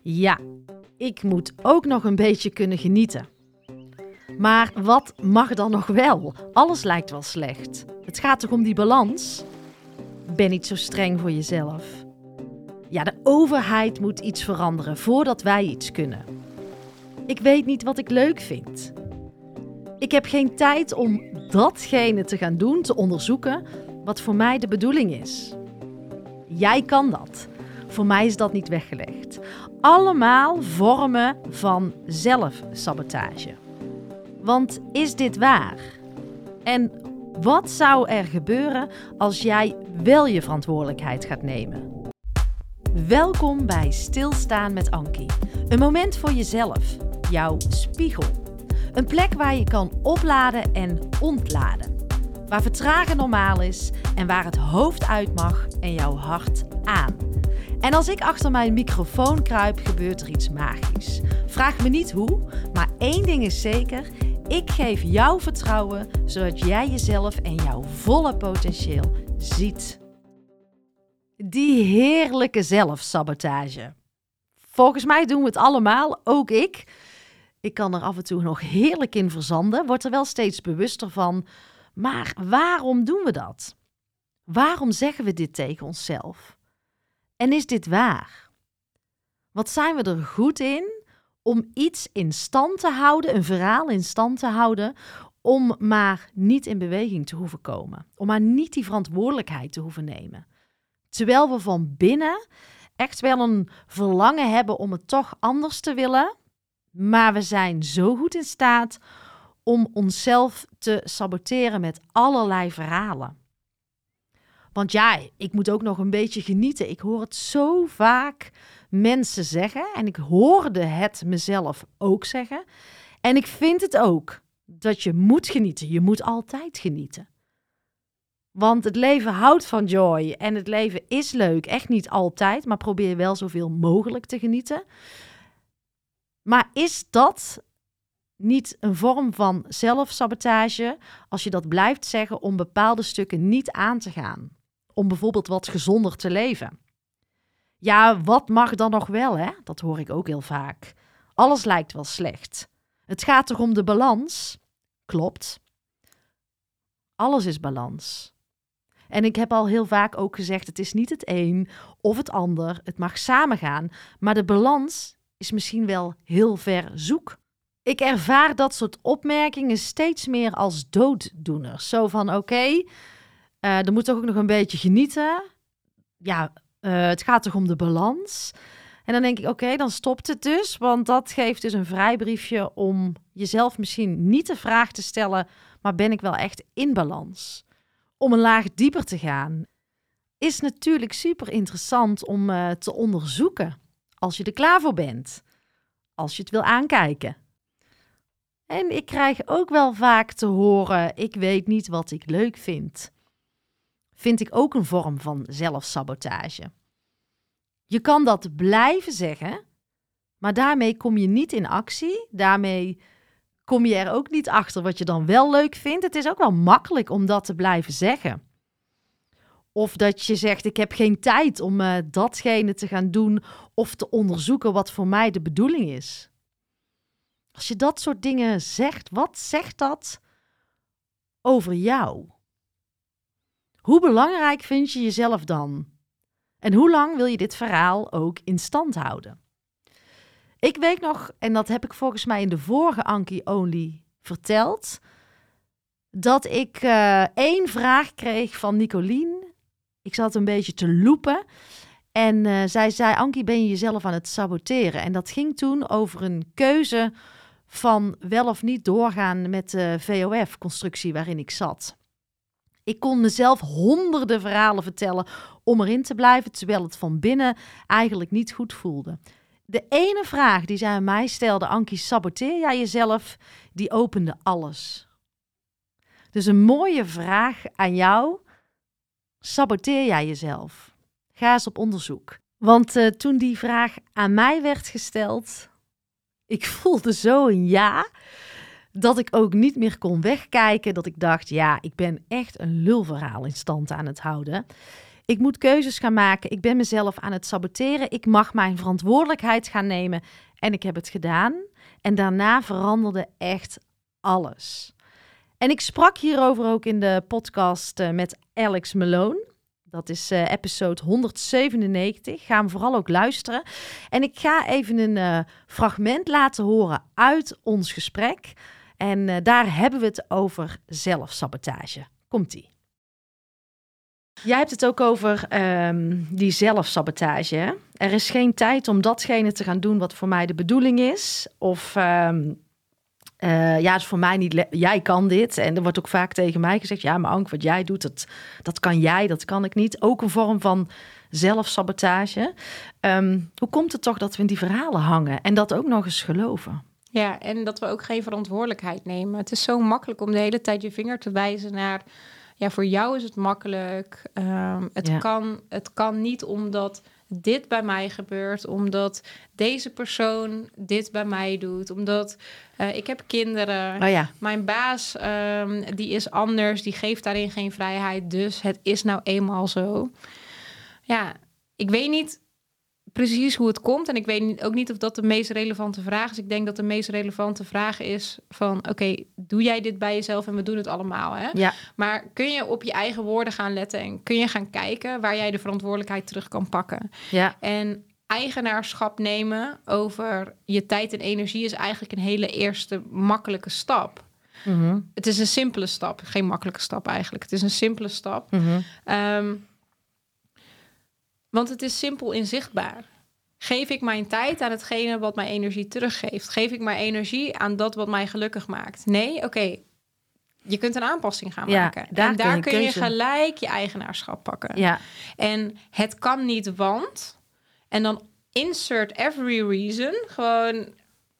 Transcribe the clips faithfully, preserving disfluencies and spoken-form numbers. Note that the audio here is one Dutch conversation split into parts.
Ja, ik moet ook nog een beetje kunnen genieten. Maar wat mag dan nog wel? Alles lijkt wel slecht. Het gaat toch om die balans? Ben niet zo streng voor jezelf. Ja, de overheid moet iets veranderen voordat wij iets kunnen. Ik weet niet wat ik leuk vind. Ik heb geen tijd om datgene te gaan doen, te onderzoeken wat voor mij de bedoeling is. Jij kan dat. Voor mij is dat niet weggelegd. Allemaal vormen van zelfsabotage. Want is dit waar? En wat zou er gebeuren als jij wel je verantwoordelijkheid gaat nemen? Welkom bij Stilstaan met Ankie. Een moment voor jezelf, jouw spiegel. Een plek waar je kan opladen en ontladen. Waar vertragen normaal is en waar het hoofd uit mag en jouw hart aan. En als ik achter mijn microfoon kruip, gebeurt er iets magisch. Vraag me niet hoe, maar één ding is zeker. Ik geef jou vertrouwen, zodat jij jezelf en jouw volle potentieel ziet. Die heerlijke zelfsabotage. Volgens mij doen we het allemaal, ook ik. Ik kan er af en toe nog heerlijk in verzanden, word er wel steeds bewuster van. Maar waarom doen we dat? Waarom zeggen we dit tegen onszelf? En is dit waar? Wat zijn we er goed in om iets in stand te houden, een verhaal in stand te houden, om maar niet in beweging te hoeven komen, om maar niet die verantwoordelijkheid te hoeven nemen. Terwijl we van binnen echt wel een verlangen hebben om het toch anders te willen, maar we zijn zo goed in staat om onszelf te saboteren met allerlei verhalen. Want ja, ik moet ook nog een beetje genieten. Ik hoor het zo vaak mensen zeggen en ik hoorde het mezelf ook zeggen. En ik vind het ook dat je moet genieten. Je moet altijd genieten. Want het leven houdt van joy en het leven is leuk. Echt niet altijd, maar probeer wel zoveel mogelijk te genieten. Maar is dat niet een vorm van zelfsabotage als je dat blijft zeggen om bepaalde stukken niet aan te gaan? Om bijvoorbeeld wat gezonder te leven. Ja, wat mag dan nog wel, hè? Dat hoor ik ook heel vaak. Alles lijkt wel slecht. Het gaat toch om de balans? Klopt. Alles is balans. En ik heb al heel vaak ook gezegd, het is niet het een of het ander. Het mag samengaan. Maar de balans is misschien wel heel ver zoek. Ik ervaar dat soort opmerkingen steeds meer als dooddoeners. Zo van, oké, okay, uh, er moet toch ook nog een beetje genieten. Ja, uh, het gaat toch om de balans. En dan denk ik, oké, okay, dan stopt het dus. Want dat geeft dus een vrijbriefje om jezelf misschien niet de vraag te stellen, maar ben ik wel echt in balans? Om een laag dieper te gaan. Is natuurlijk super interessant om uh, te onderzoeken. Als je er klaar voor bent. Als je het wil aankijken. En ik krijg ook wel vaak te horen, ik weet niet wat ik leuk vind. Vind ik ook een vorm van zelfsabotage. Je kan dat blijven zeggen, maar daarmee kom je niet in actie. Daarmee kom je er ook niet achter wat je dan wel leuk vindt. Het is ook wel makkelijk om dat te blijven zeggen. Of dat je zegt, ik heb geen tijd om uh, datgene te gaan doen of te onderzoeken wat voor mij de bedoeling is. Als je dat soort dingen zegt, wat zegt dat over jou? Hoe belangrijk vind je jezelf dan? En hoe lang wil je dit verhaal ook in stand houden? Ik weet nog, en dat heb ik volgens mij in de vorige Ankie Only verteld, dat ik uh, één vraag kreeg van Nicolien. Ik zat een beetje te loepen. En uh, zij zei, Ankie, ben je jezelf aan het saboteren? En dat ging toen over een keuze van wel of niet doorgaan met de V O F-constructie waarin ik zat. Ik kon mezelf honderden verhalen vertellen om erin te blijven, terwijl het van binnen eigenlijk niet goed voelde. De ene vraag die zij aan mij stelde, Ankie, saboteer jij jezelf? Die opende alles. Dus een mooie vraag aan jou. Saboteer jij jezelf? Ga eens op onderzoek. Want uh, toen die vraag aan mij werd gesteld, ik voelde zo een ja, dat ik ook niet meer kon wegkijken. Dat ik dacht, ja, ik ben echt een lulverhaal in stand aan het houden. Ik moet keuzes gaan maken. Ik ben mezelf aan het saboteren. Ik mag mijn verantwoordelijkheid gaan nemen. En ik heb het gedaan. En daarna veranderde echt alles. En ik sprak hierover ook in de podcast uh, met Alex Malone. Dat is uh, episode honderdzevenennegentig. Ga hem vooral ook luisteren. En ik ga even een uh, fragment laten horen uit ons gesprek. En uh, daar hebben we het over zelfsabotage. Komt-ie. Jij hebt het ook over um, die zelfsabotage. Hè? Er is geen tijd om datgene te gaan doen wat voor mij de bedoeling is. Of um, uh, ja, het is voor mij niet... Le- jij kan dit. En er wordt ook vaak tegen mij gezegd... ja, maar Anke, wat jij doet, dat, dat kan jij, dat kan ik niet. Ook een vorm van zelfsabotage. Um, hoe komt het toch dat we in die verhalen hangen en dat ook nog eens geloven? Ja, en dat we ook geen verantwoordelijkheid nemen. Het is zo makkelijk om de hele tijd je vinger te wijzen naar... ja, voor jou is het makkelijk. Um, het, ja. kan, het kan niet omdat dit bij mij gebeurt. Omdat deze persoon dit bij mij doet. Omdat uh, ik heb kinderen. Oh ja. Mijn baas, um, die is anders. Die geeft daarin geen vrijheid. Dus het is nou eenmaal zo. Ja, ik weet niet precies hoe het komt. En ik weet niet, ook niet of dat de meest relevante vraag is. Ik denk dat de meest relevante vraag is van... oké, okay, doe jij dit bij jezelf en we doen het allemaal, hè? Ja. Maar kun je op je eigen woorden gaan letten... en kun je gaan kijken waar jij de verantwoordelijkheid terug kan pakken? Ja. En eigenaarschap nemen over je tijd en energie... is eigenlijk een hele eerste makkelijke stap. Mm-hmm. Het is een simpele stap. Geen makkelijke stap eigenlijk. Het is een simpele stap. Mm-hmm. Um, Want het is simpel inzichtbaar. Geef ik mijn tijd aan hetgene wat mij energie teruggeeft? Geef ik mijn energie aan dat wat mij gelukkig maakt? Nee? Oké. Okay. Je kunt een aanpassing gaan ja, maken. Daar en daar kun je, kun je gelijk je eigenaarschap pakken. Ja. En het kan niet, want... En dan insert every reason. Gewoon...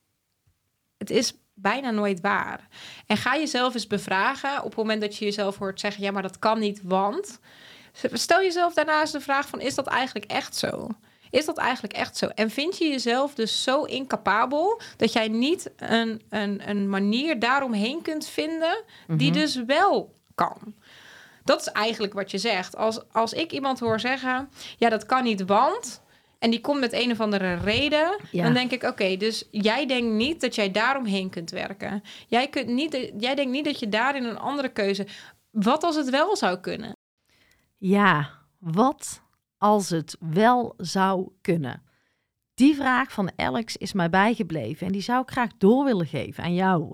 Het is bijna nooit waar. En ga jezelf eens bevragen... op het moment dat je jezelf hoort zeggen... ja, maar dat kan niet, want... Stel jezelf daarnaast de vraag van... is dat eigenlijk echt zo? Is dat eigenlijk echt zo? En vind je jezelf dus zo incapabel... dat jij niet een, een, een manier daaromheen kunt vinden... die mm-hmm. dus wel kan? Dat is eigenlijk wat je zegt. Als, als ik iemand hoor zeggen... ja, dat kan niet, want... en die komt met een of andere reden... Ja. Dan denk ik, oké, okay, dus jij denkt niet... dat jij daaromheen kunt werken. Jij, kunt niet, jij denkt niet dat je daarin een andere keuze... Wat als het wel zou kunnen? Ja, wat als het wel zou kunnen? Die vraag van Alex is mij bijgebleven en die zou ik graag door willen geven aan jou.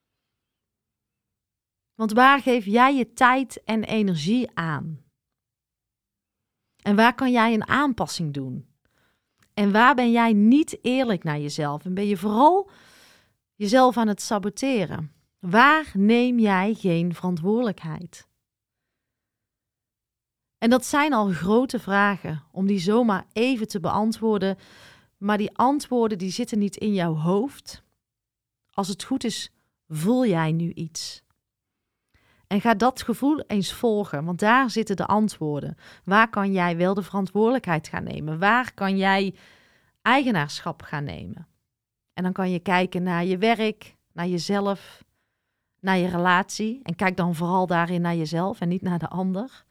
Want waar geef jij je tijd en energie aan? En waar kan jij een aanpassing doen? En waar ben jij niet eerlijk naar jezelf? En ben je vooral jezelf aan het saboteren? Waar neem jij geen verantwoordelijkheid? En dat zijn al grote vragen om die zomaar even te beantwoorden. Maar die antwoorden die zitten niet in jouw hoofd. Als het goed is, voel jij nu iets. En ga dat gevoel eens volgen, want daar zitten de antwoorden. Waar kan jij wel de verantwoordelijkheid gaan nemen? Waar kan jij eigenaarschap gaan nemen? En dan kan je kijken naar je werk, naar jezelf, naar je relatie. En kijk dan vooral daarin naar jezelf en niet naar de ander.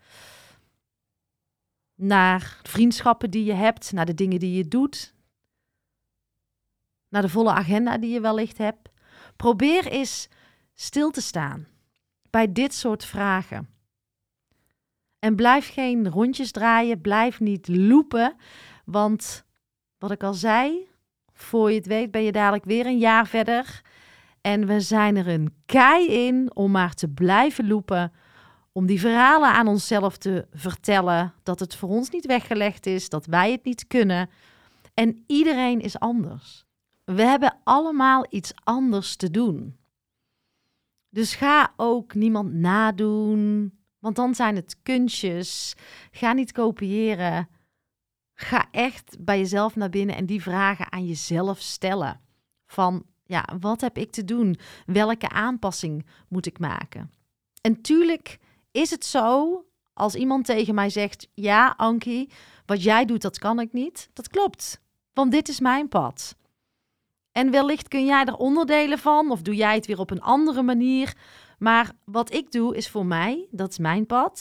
Naar vriendschappen die je hebt, naar de dingen die je doet. Naar de volle agenda die je wellicht hebt. Probeer eens stil te staan bij dit soort vragen. En blijf geen rondjes draaien, blijf niet loepen. Want wat ik al zei, voor je het weet ben je dadelijk weer een jaar verder. En we zijn er een kei in om maar te blijven loepen. Om die verhalen aan onszelf te vertellen. Dat het voor ons niet weggelegd is, dat wij het niet kunnen. En iedereen is anders. We hebben allemaal iets anders te doen. Dus ga ook niemand nadoen, want dan zijn het kunstjes. Ga niet kopiëren. Ga echt bij jezelf naar binnen en die vragen aan jezelf stellen. Van, ja, wat heb ik te doen? Welke aanpassing moet ik maken? En tuurlijk is het zo, als iemand tegen mij zegt... ja, Ankie, wat jij doet, dat kan ik niet. Dat klopt, want dit is mijn pad. En wellicht kun jij er onderdelen van, of doe jij het weer op een andere manier. Maar wat ik doe is voor mij, dat is mijn pad.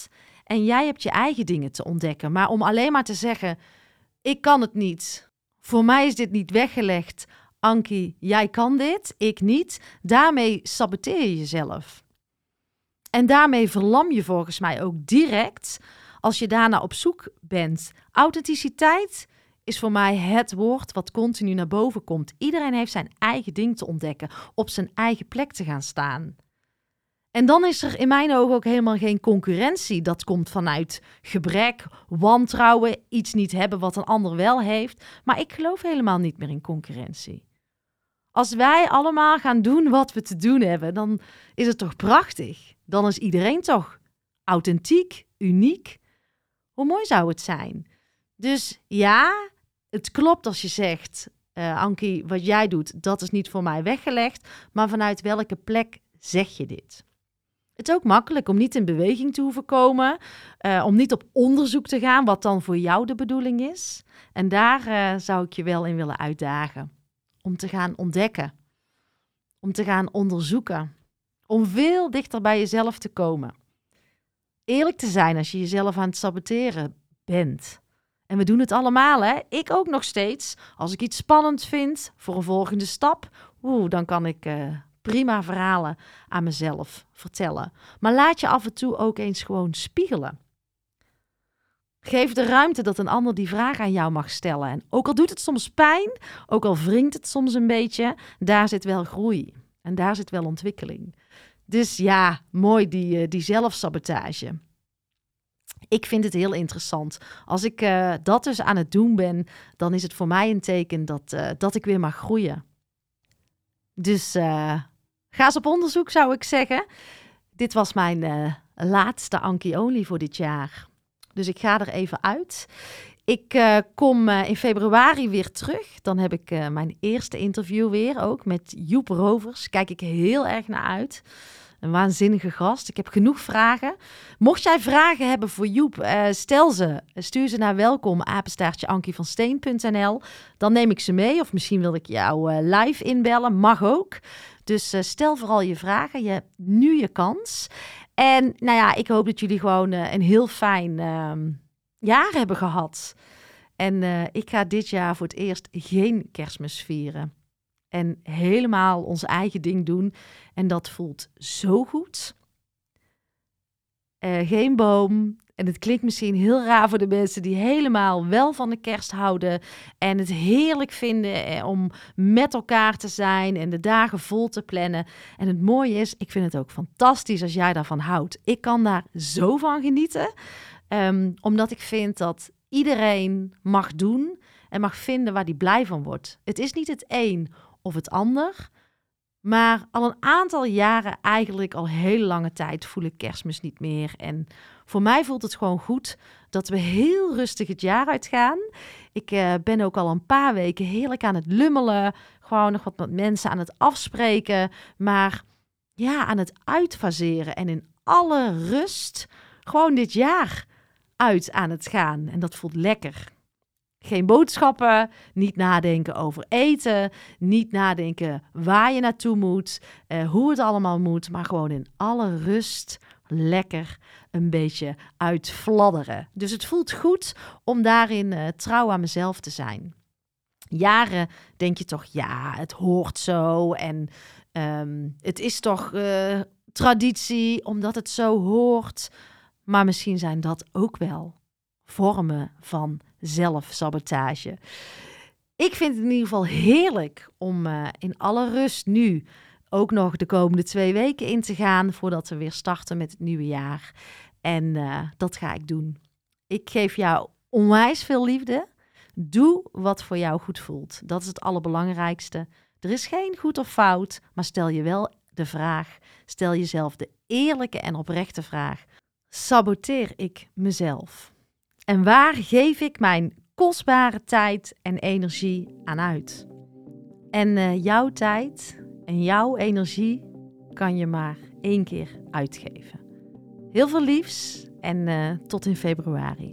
en jij hebt je eigen dingen te ontdekken. Maar om alleen maar te zeggen, ik kan het niet. Voor mij is dit niet weggelegd. Ankie, jij kan dit, ik niet. Daarmee saboteer je jezelf. En daarmee verlam je volgens mij ook direct als je daarna op zoek bent. Authenticiteit is voor mij het woord wat continu naar boven komt. Iedereen heeft zijn eigen ding te ontdekken, op zijn eigen plek te gaan staan. En dan is er in mijn ogen ook helemaal geen concurrentie. Dat komt vanuit gebrek, wantrouwen, iets niet hebben wat een ander wel heeft. Maar ik geloof helemaal niet meer in concurrentie. Als wij allemaal gaan doen wat we te doen hebben, dan is het toch prachtig. Dan is iedereen toch authentiek, uniek. Hoe mooi zou het zijn? Dus ja, het klopt als je zegt, uh, Ankie, wat jij doet, dat is niet voor mij weggelegd. Maar vanuit welke plek zeg je dit? Het is ook makkelijk om niet in beweging te hoeven komen, uh, om niet op onderzoek te gaan wat dan voor jou de bedoeling is. En daar uh, zou ik je wel in willen uitdagen. Om te gaan ontdekken, om te gaan onderzoeken, om veel dichter bij jezelf te komen. Eerlijk te zijn als je jezelf aan het saboteren bent. En we doen het allemaal, hè? Ik ook nog steeds. Als ik iets spannend vind voor een volgende stap, oeh, dan kan ik uh, prima verhalen aan mezelf vertellen. Maar laat je af en toe ook eens gewoon spiegelen. Geef de ruimte dat een ander die vraag aan jou mag stellen. En ook al doet het soms pijn, ook al wringt het soms een beetje, daar zit wel groei. En daar zit wel ontwikkeling. Dus ja, mooi die, die zelfsabotage. Ik vind het heel interessant. Als ik uh, dat dus aan het doen ben, dan is het voor mij een teken dat, uh, dat ik weer mag groeien. Dus uh, ga eens op onderzoek, zou ik zeggen. Dit was mijn uh, laatste Ankie Only voor dit jaar. Dus ik ga er even uit. Ik uh, kom uh, in februari weer terug. Dan heb ik uh, mijn eerste interview weer, ook met Joep Rovers. Kijk ik heel erg naar uit. Een waanzinnige gast. Ik heb genoeg vragen. Mocht jij vragen hebben voor Joep, uh, stel ze. Stuur ze naar welkom, apenstaartje ankie van steen punt n l. Dan neem ik ze mee. Of misschien wil ik jou uh, live inbellen. Mag ook. Dus uh, stel vooral je vragen. Je hebt nu je kans. En nou ja, ik hoop dat jullie gewoon uh, een heel fijn uh, jaar hebben gehad. En uh, ik ga dit jaar voor het eerst geen Kerstmis vieren. En helemaal ons eigen ding doen. En dat voelt zo goed. Uh, geen boom. En het klinkt misschien heel raar voor de mensen die helemaal wel van de kerst houden. En het heerlijk vinden eh, om met elkaar te zijn en de dagen vol te plannen. En het mooie is, ik vind het ook fantastisch als jij daarvan houdt. Ik kan daar zo van genieten. Um, omdat ik vind dat iedereen mag doen en mag vinden waar die blij van wordt. Het is niet het een of het ander. Maar al een aantal jaren, eigenlijk al hele lange tijd, voel ik Kerstmis niet meer. En voor mij voelt het gewoon goed dat we heel rustig het jaar uitgaan. Ik uh, ben ook al een paar weken heerlijk aan het lummelen. Gewoon nog wat met mensen aan het afspreken. Maar ja, aan het uitfaseren en in alle rust gewoon dit jaar uit aan het gaan. En dat voelt lekker. Geen boodschappen, niet nadenken over eten, niet nadenken waar je naartoe moet, uh, hoe het allemaal moet, maar gewoon in alle rust lekker een beetje uitfladderen. Dus het voelt goed om daarin uh, trouw aan mezelf te zijn. Jaren denk je toch, ja, het hoort zo en um, het is toch uh, traditie omdat het zo hoort. Maar misschien zijn dat ook wel vormen van zelfsabotage. Ik vind het in ieder geval heerlijk om uh, in alle rust nu ook nog de komende twee weken in te gaan voordat we weer starten met het nieuwe jaar. En uh, dat ga ik doen. Ik geef jou onwijs veel liefde. Doe wat voor jou goed voelt. Dat is het allerbelangrijkste. Er is geen goed of fout, maar stel je wel de vraag. Stel jezelf de eerlijke en oprechte vraag. Saboteer ik mezelf? En waar geef ik mijn kostbare tijd en energie aan uit? En uh, jouw tijd en jouw energie kan je maar één keer uitgeven. Heel veel liefs en uh, tot in februari.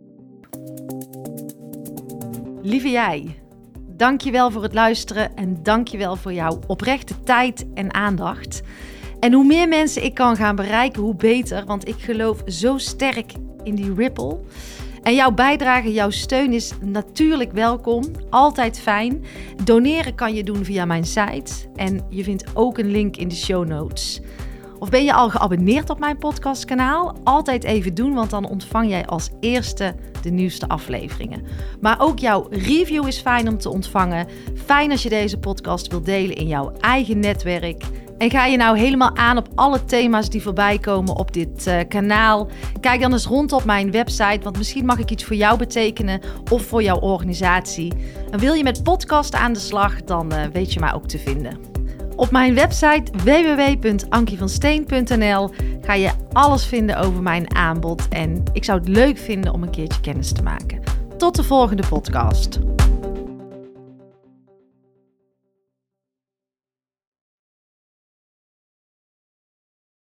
Lieve jij, dank je wel voor het luisteren en dank je wel voor jouw oprechte tijd en aandacht. En hoe meer mensen ik kan gaan bereiken, hoe beter. Want ik geloof zo sterk in die ripple. En jouw bijdrage, jouw steun is natuurlijk welkom. Altijd fijn. Doneren kan je doen via mijn site. En je vindt ook een link in de show notes. Of ben je al geabonneerd op mijn podcastkanaal? Altijd even doen, want dan ontvang jij als eerste de nieuwste afleveringen. Maar ook jouw review is fijn om te ontvangen. Fijn als je deze podcast wilt delen in jouw eigen netwerk. En ga je nou helemaal aan op alle thema's die voorbij komen op dit uh, kanaal? Kijk dan eens rond op mijn website, want misschien mag ik iets voor jou betekenen of voor jouw organisatie. En wil je met podcast aan de slag, dan uh, weet je mij ook te vinden. Op mijn website w w w punt ankie van steen punt n l ga je alles vinden over mijn aanbod. En ik zou het leuk vinden om een keertje kennis te maken. Tot de volgende podcast.